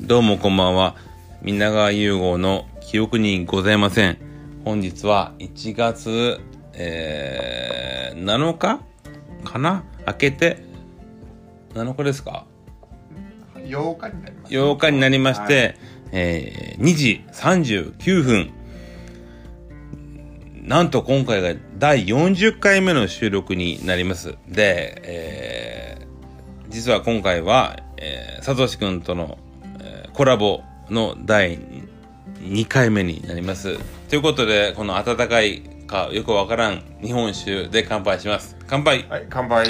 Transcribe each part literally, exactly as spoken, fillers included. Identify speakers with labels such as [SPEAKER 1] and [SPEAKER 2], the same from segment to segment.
[SPEAKER 1] どうもこんばんは。皆川融合の記憶にございません。本日はいちがつ、えー、なのかかな、明けてなのかですか。
[SPEAKER 2] ようかになります、
[SPEAKER 1] ようかになりまして、はい、えー、にじさんじゅうきゅうふん。なんと今回がだいよんじゅっかいめの収録になります。で、えー、実は今回は、えー、さとしくんとの、えー、コラボのだいにかいめになります。ということで、この温かいかよくわからん日本酒で乾杯します。乾杯。
[SPEAKER 2] はい、乾杯。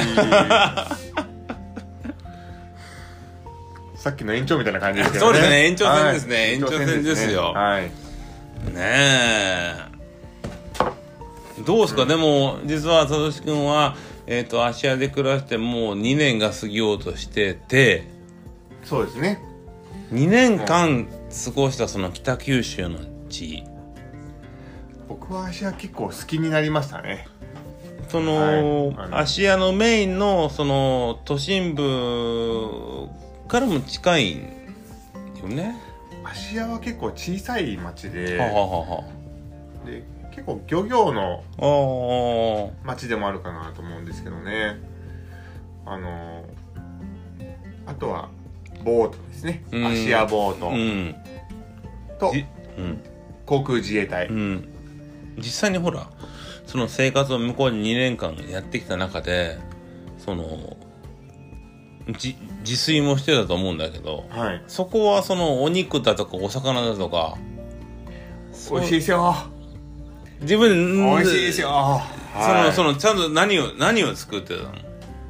[SPEAKER 2] さっきの延長みたいな感じですけどね。
[SPEAKER 1] そうですね、延長戦ですね。はい、延長戦ですよ。
[SPEAKER 2] はい。
[SPEAKER 1] ねえ。どうですか、うん、でも実はさとしくんは、えーと、芦屋で暮らしてもうにねんが過ぎようとしてて、
[SPEAKER 2] そうですね、
[SPEAKER 1] にねんかん過ごしたその北九州の地、
[SPEAKER 2] 僕は芦屋結構好きになりましたね。
[SPEAKER 1] その、はい、芦屋のメインのその都心部からも近いよね。
[SPEAKER 2] 芦屋は結構小さい町で、
[SPEAKER 1] はははは
[SPEAKER 2] で結構漁業の町でもあるかなと思うんですけどね。あのあとはボートですね、芦屋ボート、うん、と、うん、航空自衛隊、うん、
[SPEAKER 1] 実際にほらその生活を向こうににねんかんやってきた中で、そのじ自炊もしてたと思うんだけど、はい、そこはそのお肉だとかお魚だとか
[SPEAKER 2] 美味しいですよ。
[SPEAKER 1] 自分
[SPEAKER 2] で美味しいですよ。
[SPEAKER 1] その、はい、そのちゃんと何を何を作ってたの？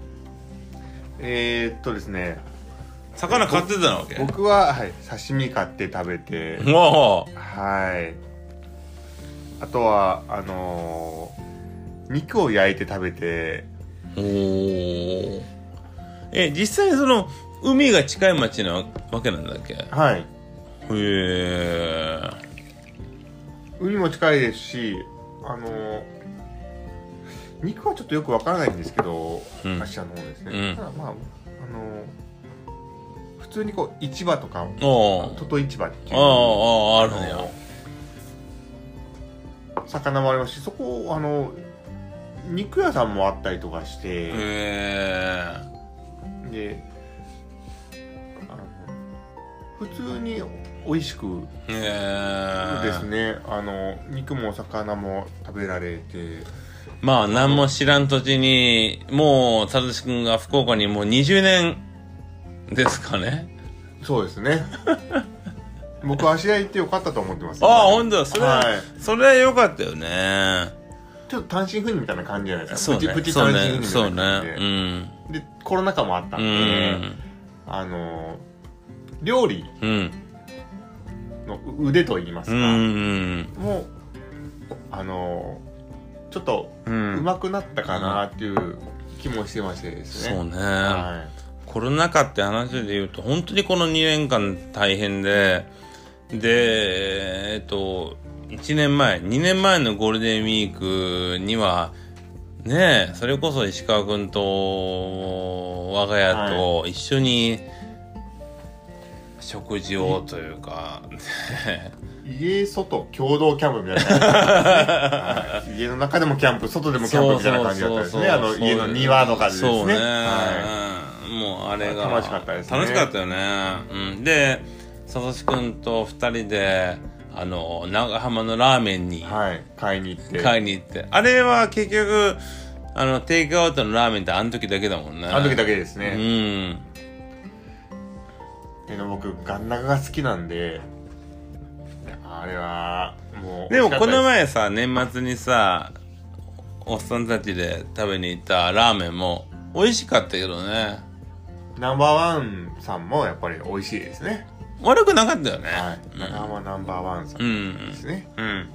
[SPEAKER 2] えー、っとですね、
[SPEAKER 1] 魚買ってたわけ？
[SPEAKER 2] 僕は、はい、刺身買って食べて、
[SPEAKER 1] はい。
[SPEAKER 2] あとはあのー、肉を焼いて食べて。
[SPEAKER 1] おー。え、実際にその海が近い町なわけなんだっけ？
[SPEAKER 2] はい。
[SPEAKER 1] へえ。
[SPEAKER 2] 海も近いですし、あのー、肉はちょっとよくわからないんですけど、うん、芦屋の方ですね、うん、ただまあ、あのー、普通にこう市場とかトト市場っていう、
[SPEAKER 1] あああるね、
[SPEAKER 2] 魚もありますし、そこあの肉屋さんもあったりとかして、
[SPEAKER 1] へ
[SPEAKER 2] ーであの普通に美味しくですね、あの肉も魚も食べられて、
[SPEAKER 1] まあ何も知らん土地にもうさとしくんが福岡にもうにじゅうねんですかね。
[SPEAKER 2] そうですね。僕芦屋行ってよかったと思ってます、
[SPEAKER 1] ね、ああ本当だ、それは、はい、それはよかったよね。
[SPEAKER 2] ちょっと単身赴任みたいな感じじゃないです
[SPEAKER 1] か。そうね、
[SPEAKER 2] プチプチ単身赴任みたいな感じで、
[SPEAKER 1] そうね、うん、
[SPEAKER 2] でコロナ禍もあったんで、うん、あの料理、うんの腕といいますか、うんうん、もうあのちょっと上手くなったかなっていう気もしてましてですね、
[SPEAKER 1] うん、そうね、はい、コロナ禍って話で言うと本当にこのにねんかん大変で、でえっといちねんまえにねんまえのゴールデンウィークにはねえ、それこそ石川君と我が家と一緒に、はい、食事をというか
[SPEAKER 2] 家外共同キャンプみたいな感じだったんですね、はい、家の中でもキャンプ、外でもキャンプみたいな感じだったんですね。あの家の庭の感じですね。
[SPEAKER 1] そうね、
[SPEAKER 2] はい、
[SPEAKER 1] もうあれが
[SPEAKER 2] 楽しかったですね。
[SPEAKER 1] 楽しかったよね、うん、でさとしくんとふたりであの長浜のラーメンに、
[SPEAKER 2] はい、買いに行って
[SPEAKER 1] 買いに行ってあれは結局あのテイクアウトのラーメンってあの時だけだもんね。
[SPEAKER 2] あの時だけですね。
[SPEAKER 1] うん。
[SPEAKER 2] で僕ガンナガが好きなんで、あれはもう
[SPEAKER 1] でもこの前さ、年末にさおっさんたちで食べに行ったラーメンも美味しかったけどね。
[SPEAKER 2] ナンバーワンさんもやっぱり美味しいですね。
[SPEAKER 1] 悪くなかったよね。
[SPEAKER 2] はい、長浜ナンバーワンさんですね。うん、うんうん、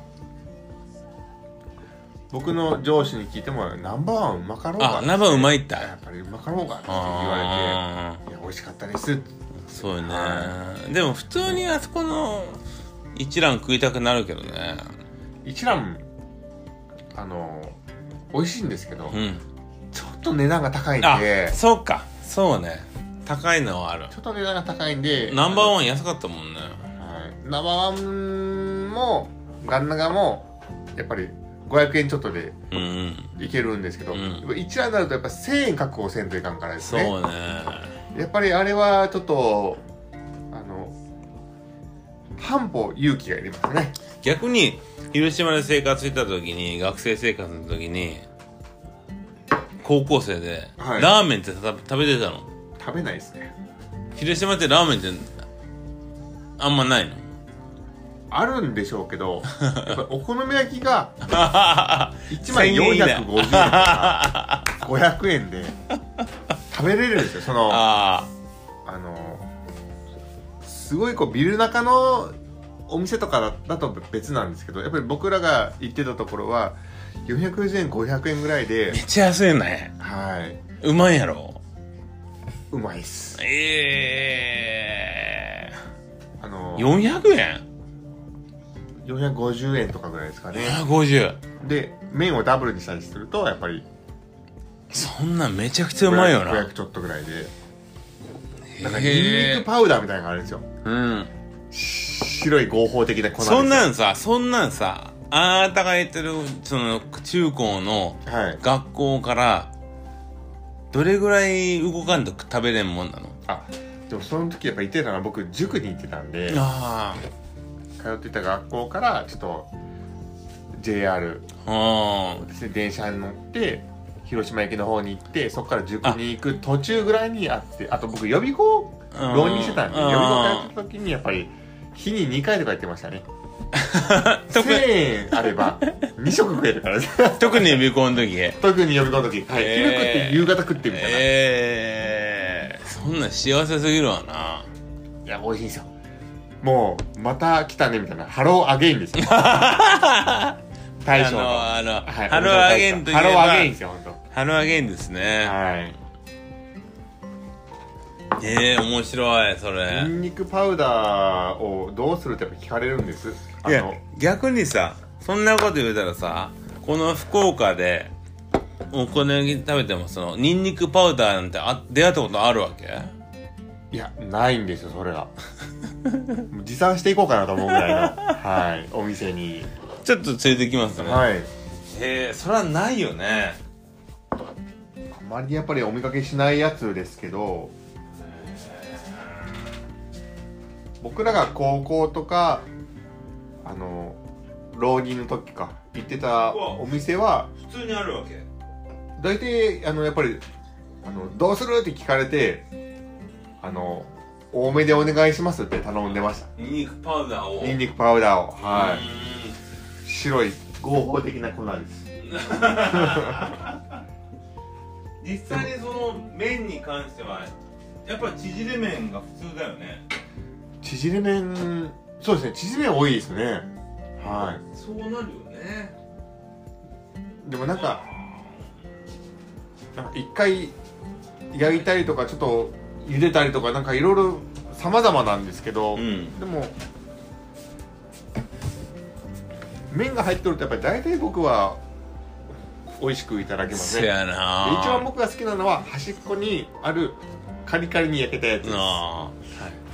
[SPEAKER 2] 僕の上司に聞いてもナンバーワンうまかろうか、
[SPEAKER 1] あ、ナンバーワンうまいった、
[SPEAKER 2] やっぱりうまかろうかって言われて、いや美味しかったですって。
[SPEAKER 1] そうよね、はい、でも普通にあそこの一蘭食いたくなるけどね。
[SPEAKER 2] 一蘭あの美味しいんですけど、うん、ちょっと値段が高いんで。
[SPEAKER 1] あ、そうか、そうね、 高いのはある。
[SPEAKER 2] ちょっと値段が高いんで、
[SPEAKER 1] ナンバーワン安かったもんね。
[SPEAKER 2] はい、ナンバーワンもガンナガもやっぱりごひゃくえんちょっとでいけるんですけど、うんうん、いちわになるとやっぱせんえん確保せんといかんからですね。
[SPEAKER 1] そうね。
[SPEAKER 2] やっぱりあれはちょっとあの半歩勇気がいりますね。
[SPEAKER 1] 逆に広島で生活した時に、学生生活の時に高校生で、はい、ラーメンって食べてたの？
[SPEAKER 2] 食べないですね。
[SPEAKER 1] 広島ってラーメンってあんまないの？
[SPEAKER 2] あるんでしょうけど、やっぱお好み焼きがいちまいよんひゃくごじゅうえんとかごひゃくえんで食べれるんですよ。そのああのすごいこうビル中のお店とか だ, だと別なんですけど、やっぱり僕らが行ってたところはよんひゃくごじゅうえんごひゃくえんぐらいで
[SPEAKER 1] めっちゃ安いね。
[SPEAKER 2] はい。
[SPEAKER 1] うまいやろ？
[SPEAKER 2] うまいっす。
[SPEAKER 1] ええー、あのー、よんひゃくえん
[SPEAKER 2] よんひゃくごじゅうえんとかぐらいですかね。
[SPEAKER 1] よんひゃくごじゅう
[SPEAKER 2] で麺をダブルにしたりするとやっぱり
[SPEAKER 1] そんなめちゃくちゃうまいよな。
[SPEAKER 2] ごひゃくちょっとぐらいで、なんかニンニクパウダーみたいなのがあるんですよ。うん。白い合法的な粉ですよ。
[SPEAKER 1] そんなんさ、そんなんさ、あなたが言ってるその中高の学校からどれぐらい動かんと食べれんもんなの？
[SPEAKER 2] あ、でもその時やっぱ行ってたのは僕塾に行ってたんで、あ通ってた学校からちょっと ジェイアール ですね、電車に乗って広島駅の方に行って、そこから塾に行く途中ぐらいにあって、あと僕予備校浪人してたんで、予備校通った時にやっぱり日ににかいとか行ってましたね。せんえんあればに食食えるからね。
[SPEAKER 1] 特に予備校の時
[SPEAKER 2] 特に予備校の時、はい、えー、昼食って夕方食ってみたいな。
[SPEAKER 1] えー、そんな幸せすぎるわな。
[SPEAKER 2] いや、美味しいんですよ。もうまた来たねみたいな、ハローアゲインですよ。大将の
[SPEAKER 1] あの、あの、はい、ハローアゲインといえば
[SPEAKER 2] ハローアゲインですよ、本当。
[SPEAKER 1] ハローアゲインですね。はい。ええー、面白い、それ。
[SPEAKER 2] ニンニクパウダーをどうするってやっぱ聞かれるんです。あの
[SPEAKER 1] いや、逆にさ、そんなこと言うたらさ、この福岡でお好み焼き食べてもそのニンニクパウダーなんてあ出会ったことあるわけ？
[SPEAKER 2] いや、ないんですよ、それが。持参していこうかなと思うぐらいの、はい、お店に
[SPEAKER 1] ちょっと連れてきますね。はい。えー、それはないよね。
[SPEAKER 2] あまりやっぱりお見かけしないやつですけど、僕らが高校とかあの浪人の時か行ってたお店は
[SPEAKER 1] 普通にあるわけ。
[SPEAKER 2] 大体あのやっぱりあのどうするって聞かれて、あの多めでお願いしますって頼んでました。
[SPEAKER 1] ニンニクパウダーを。
[SPEAKER 2] ニンニクパウダーを。はい。白い合法的な粉です。
[SPEAKER 1] 実際にその麺に関してはやっぱり縮れ麺が普通だよね。
[SPEAKER 2] 縮れ麺、そうですね、縮れ麺多いですね。はい。
[SPEAKER 1] そうなるよね。
[SPEAKER 2] でもなんか一回焼いたりとかちょっと茹でたりとかなんかいろいろ様々なんですけど、うん、でも麺が入ってるとやっぱり大体僕は美味しくいただけますね。
[SPEAKER 1] せやな。
[SPEAKER 2] 一番僕が好きなのは端っこにあるカリカリに焼けたやつです。
[SPEAKER 1] はい、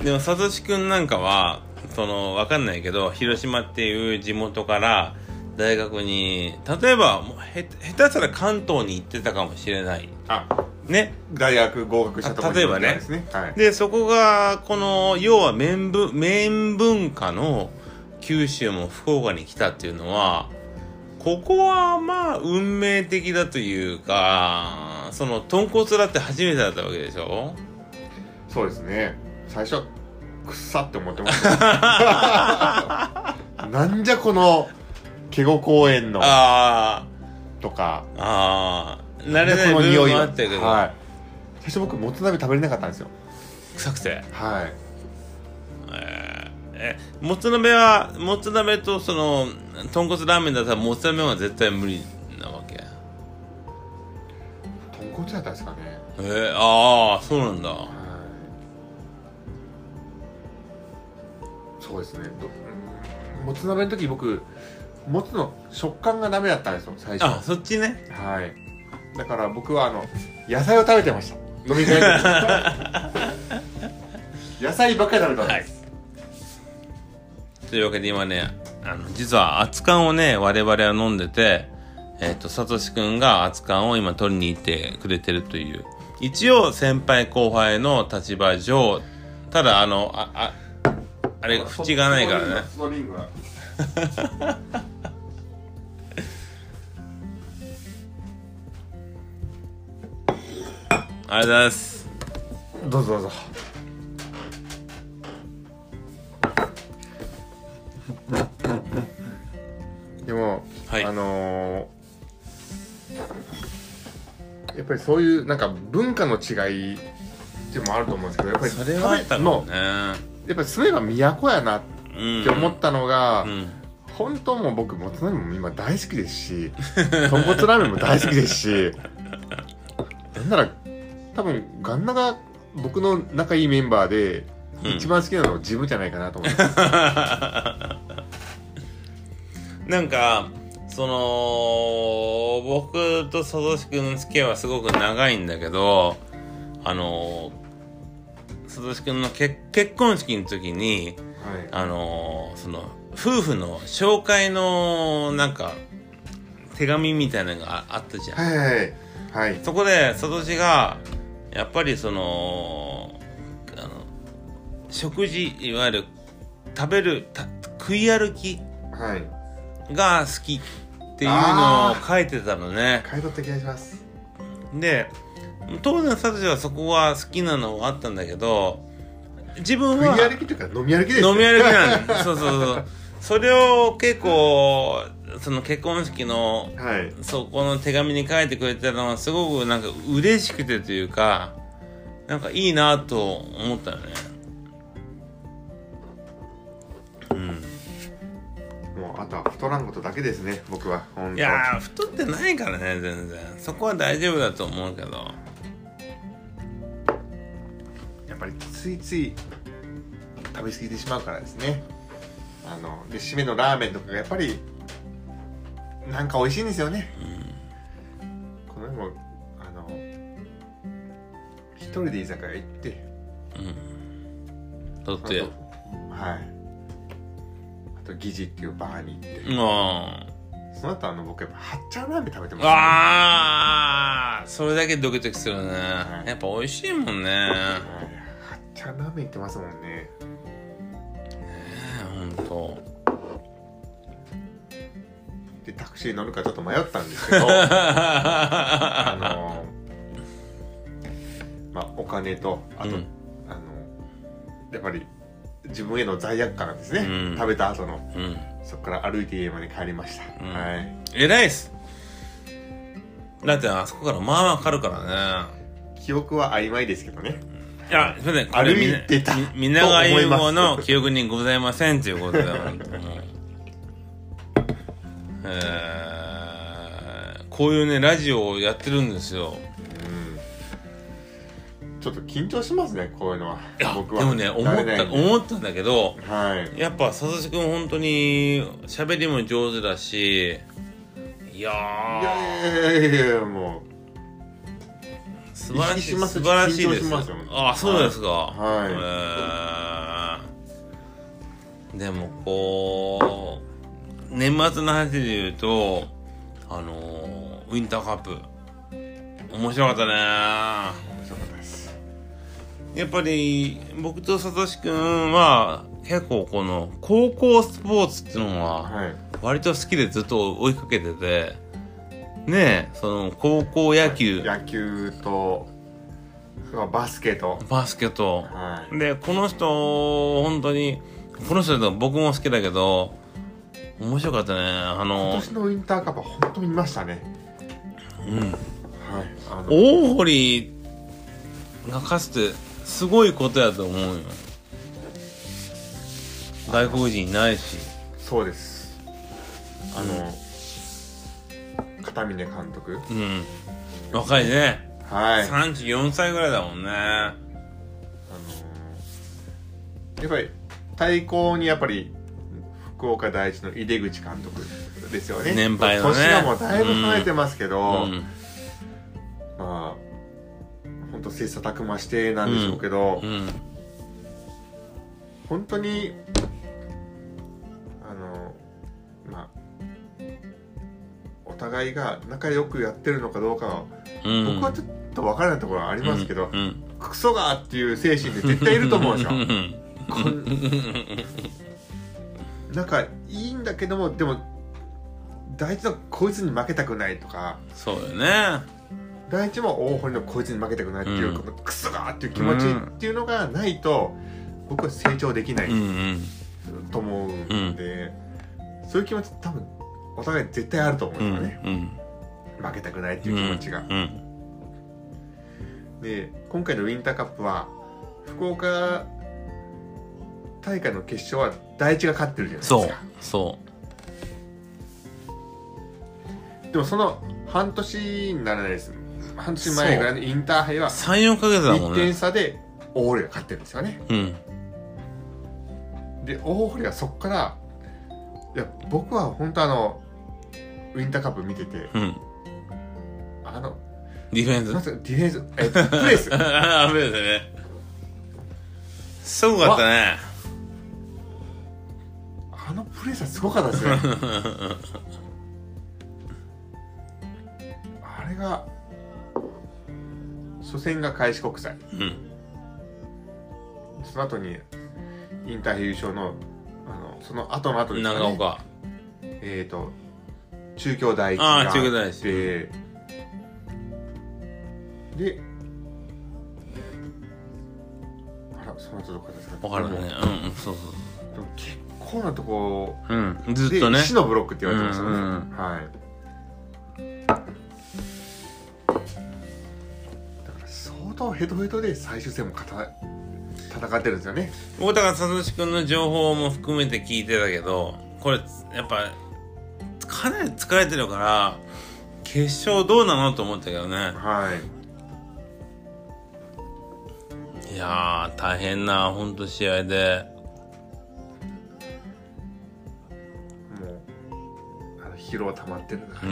[SPEAKER 1] でもさとしくんなんかはその分かんないけど、広島っていう地元から大学に例えばもうへ下手したら関東に行ってたかもしれない。あね、
[SPEAKER 2] 大学合格したところに行ったんですね。
[SPEAKER 1] はい、でそこがこの要は麺ぶ麺文化の九州も福岡に来たっていうのは、ここはまあ運命的だというか、その豚骨だって初めてだったわけでしょ。
[SPEAKER 2] そうですね。最初はくっさって思ってましたなんじゃこのケゴ公園のあとか、あ
[SPEAKER 1] 慣れない部分もあったけど、はい、
[SPEAKER 2] 最初僕もつ鍋食べれなかったんですよ、
[SPEAKER 1] 臭くて。
[SPEAKER 2] はい。
[SPEAKER 1] えー、えもつ鍋はもつ鍋とその豚骨ラーメンだったらもつ鍋は絶対無理なわけ。
[SPEAKER 2] 豚骨だったんですかね。
[SPEAKER 1] えー、ああそうなんだ。はい、
[SPEAKER 2] そうですね。もつ鍋の時僕もつの食感がダメだったんですよ最初。
[SPEAKER 1] あ、そっちね。
[SPEAKER 2] はい。だから僕はあの野菜を食べてました。 飲み会で野菜ばっかり食べたんです、
[SPEAKER 1] はい、というわけで今ねあの実は熱燗をね我々は飲んでてえっとさとしくんが熱燗を今取りに行ってくれてるという一応先輩後輩の立場上ただあのあああれ縁がないからね
[SPEAKER 2] そのリングは
[SPEAKER 1] ありがとうございます。
[SPEAKER 2] どうぞどうぞ。でも、はい、あのー、やっぱりそういうなんか文化の違いでもあると思うんですけど、やっぱり
[SPEAKER 1] それはあったのね。
[SPEAKER 2] やっぱり住めば都やなって思ったのが、うんうん、本当もう僕もつ鍋も今大好きですし、豚骨ラーメンも大好きですし、なんなら多分ガンナが僕の仲いいメンバーで一番好きなのは自分じゃないかなと思います、
[SPEAKER 1] うん、なんかその僕と佐藤君の付き合いはすごく長いんだけどあの佐藤君の結婚式の時に、はい、あのその夫婦の紹介のなんか手紙みたいなのがあったじゃん、
[SPEAKER 2] はいはいはい、
[SPEAKER 1] そこで佐藤がやっぱりそのあの食事いわゆる食べる食い歩きが好きっていうのを書いてたのね。
[SPEAKER 2] 書いとった気がします。
[SPEAKER 1] で当然佐藤はそこは好きなのはあったんだけど自分は
[SPEAKER 2] 食い歩きというか飲み歩きです
[SPEAKER 1] よ、飲み歩きなんだそうそうそうそれを結構その結婚式の、はい、そこの手紙に書いてくれてたのはすごくなんか嬉しくてというかなんかいいなと思ったよね。うん
[SPEAKER 2] もうあとは太らんことだけですね僕は本当。
[SPEAKER 1] いやー太ってないからね全然そこは大丈夫だと思うけど
[SPEAKER 2] やっぱりついつい食べ過ぎてしまうからですね。あので締めのラーメンとかがやっぱりなんか美味しいんですよね、うん、この辺もあの一人で居酒屋行って
[SPEAKER 1] うんだって
[SPEAKER 2] はいあと疑似っていうバーに行って、
[SPEAKER 1] うん、
[SPEAKER 2] その後あの僕やっぱ八ちゃんラーメン食べてました、ね、
[SPEAKER 1] ああそれだけドキドキするね、はい、やっぱ美味しいもんね、はい、
[SPEAKER 2] 八ちゃんラーメン行ってますもんね。ね
[SPEAKER 1] えほんと
[SPEAKER 2] でタクシー乗るかちょっと迷ったんですけどあのまあお金とあと、うん、あのやっぱり自分への罪悪感ですね、うん、食べた後の、うん、そこから歩いて家まで帰りました、うん、はい
[SPEAKER 1] 偉いっす。だってあそこからまあまあかかるからね。
[SPEAKER 2] 記憶は曖昧ですけどね。
[SPEAKER 1] いやすいません
[SPEAKER 2] 歩いてた
[SPEAKER 1] みながゆうごの記憶にございませんということでえー、こういうねラジオをやってるんですよ、
[SPEAKER 2] うん、ちょっと緊張しますねこういうのは。
[SPEAKER 1] いや僕はでもね思った思ったんだけど、
[SPEAKER 2] はい、
[SPEAKER 1] やっぱ佐々木くん本当に喋りも上手だしいやー
[SPEAKER 2] いやいやいやいやもう
[SPEAKER 1] 素晴らしい素晴らしいです。ああそうですか、
[SPEAKER 2] はい、
[SPEAKER 1] えー、でもこう年末の話で言うとあのー、ウィンターカップ面白かったね。
[SPEAKER 2] 面白かったです。
[SPEAKER 1] やっぱり僕とさとしくんは結構この高校スポーツっていうのは割と好きでずっと追いかけててねえその高校野球
[SPEAKER 2] 野球とバスケと
[SPEAKER 1] バスケと、
[SPEAKER 2] はい、
[SPEAKER 1] でこの人本当にこの人だと僕も好きだけど面白かったね。あの
[SPEAKER 2] 今年のウィンターカップは本当に見ましたね。
[SPEAKER 1] うん、はい、
[SPEAKER 2] あの
[SPEAKER 1] 大堀が勝つってすごいことやと思うよ。外国人いないし。
[SPEAKER 2] そうです。あの、うん、片峰監督、
[SPEAKER 1] うん、若いね。
[SPEAKER 2] はい。
[SPEAKER 1] さんじゅうよんさいぐらいだもんね。あ
[SPEAKER 2] のやっぱり対抗にやっぱり福岡第一の井出口監督ですよね。
[SPEAKER 1] 年配のね。
[SPEAKER 2] 年がもうだいぶ離れてますけど、うんうん、まあ本本当切磋琢磨してなんでしょうけど、
[SPEAKER 1] うんうん、
[SPEAKER 2] 本当にあのまあお互いが仲良くやってるのかどうかは、うん、僕はちょっと分からないところはありますけど、うんうん、クソがっていう精神で絶対いると思うんですよ。こんなんかいいんだけども、でも第一のこいつに負けたくないとか、
[SPEAKER 1] そうよね。
[SPEAKER 2] 第一も大堀のこいつに負けたくないっていう、うん、このクソがっていう気持ちっていうのがないと、僕は成長できない、うんうん、と思うんで、うん、そういう気持ち多分お互い絶対あると思うんですよね、うんうん、負けたくないっていう気持ちが、うんうん、で今回のウィンターカップは福岡大会の決勝は第一が勝ってるじゃないですか。
[SPEAKER 1] そうそう
[SPEAKER 2] でもその半年にならないです。半年前ぐらいのインターハイは
[SPEAKER 1] さん、よんかげつだもんね。
[SPEAKER 2] いってん差で大堀が勝ってるんですよね、うん、で大堀はそこからいや僕は本当あのウィンターカップ見てて、うん、あの
[SPEAKER 1] ディフェンス
[SPEAKER 2] ディフェンスえプレス
[SPEAKER 1] あプレスねすごかったね。
[SPEAKER 2] あのプレスはすごかったですねあれが初戦が開志国際、うん、その後にインターハイ優勝 の, あのその後の後ですかね、
[SPEAKER 1] 長岡
[SPEAKER 2] えっ、ー、と中京大一
[SPEAKER 1] があ中京大一
[SPEAKER 2] でであらその後どこかですか
[SPEAKER 1] 分からないね。うんそうそう
[SPEAKER 2] でも結構なとこ、
[SPEAKER 1] うん、ずっとね
[SPEAKER 2] 死のブロックって言われてましたね、うんうん、はい相当ヘトヘトで最終戦も戦ってるんですよね。
[SPEAKER 1] 大高聡君の情報も含めて聞いてたけど、これやっぱかなり疲れてるから決勝どうなのと思ったけどね。はいいやー大変な本当試合で
[SPEAKER 2] もうあの疲労溜まってるな、うん、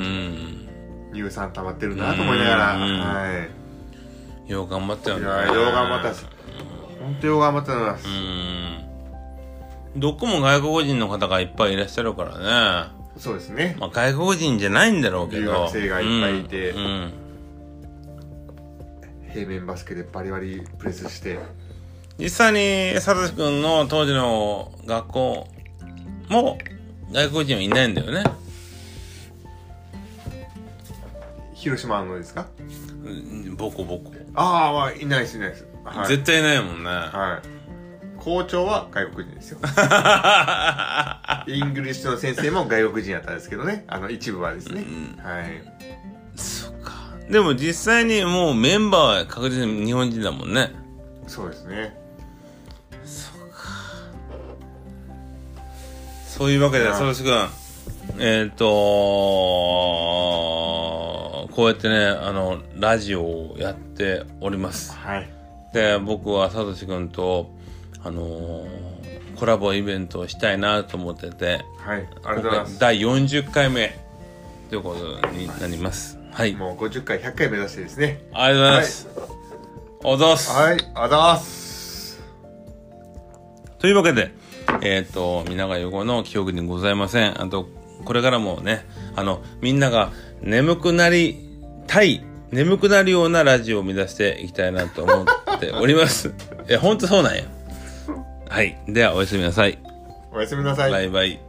[SPEAKER 2] 乳酸溜まってるなと思いながら、はい
[SPEAKER 1] よう頑張ったよね。い
[SPEAKER 2] やよう頑張ったし、本当よう頑張ったと思います。
[SPEAKER 1] うんどこも外国人の方がいっぱいいらっしゃるからね。
[SPEAKER 2] そうですね、
[SPEAKER 1] まあ、外国人じゃないんだろうけど
[SPEAKER 2] 留学生がいっぱいいて、うんうん、平面バスケでバリバリプレスして
[SPEAKER 1] 実際にサトシ君の当時の学校も外国人はいないんだよね。
[SPEAKER 2] 広島のですか？
[SPEAKER 1] ボコボコ。
[SPEAKER 2] ああ、まあ、いないですいないです、
[SPEAKER 1] はい、絶対いないもんね。
[SPEAKER 2] はい校長は外国人ですよイングリッシュの先生も外国人やったんですけどね、あの一部はですね、うん、はい
[SPEAKER 1] そっか。でも実際にもうメンバーは確実に日本人だもんね。
[SPEAKER 2] そうですね。
[SPEAKER 1] そうか。そういうわけでサトシ君えっ、ー、とこうやってねあのラジオをやっております。
[SPEAKER 2] はい
[SPEAKER 1] で僕はサトシ君とあのー、コラボイベントをしたいなと思ってて、
[SPEAKER 2] はい、ありがとうございます。
[SPEAKER 1] だいよんじゅっかいめということになります。はい。
[SPEAKER 2] もうごじゅっかい、ひゃっかい目指してですね。
[SPEAKER 1] ありがとうございます。はい、おざーす。
[SPEAKER 2] はい、ありがとうございます。
[SPEAKER 1] というわけで、えっ、ー、と、皆が横の記憶にございません。あと、これからもね、あの、みんなが眠くなりたい、眠くなるようなラジオを目指していきたいなと思っております。え、ほんとそうなんや。はい。では、おやすみなさい。
[SPEAKER 2] おやすみなさい。
[SPEAKER 1] バイバイ。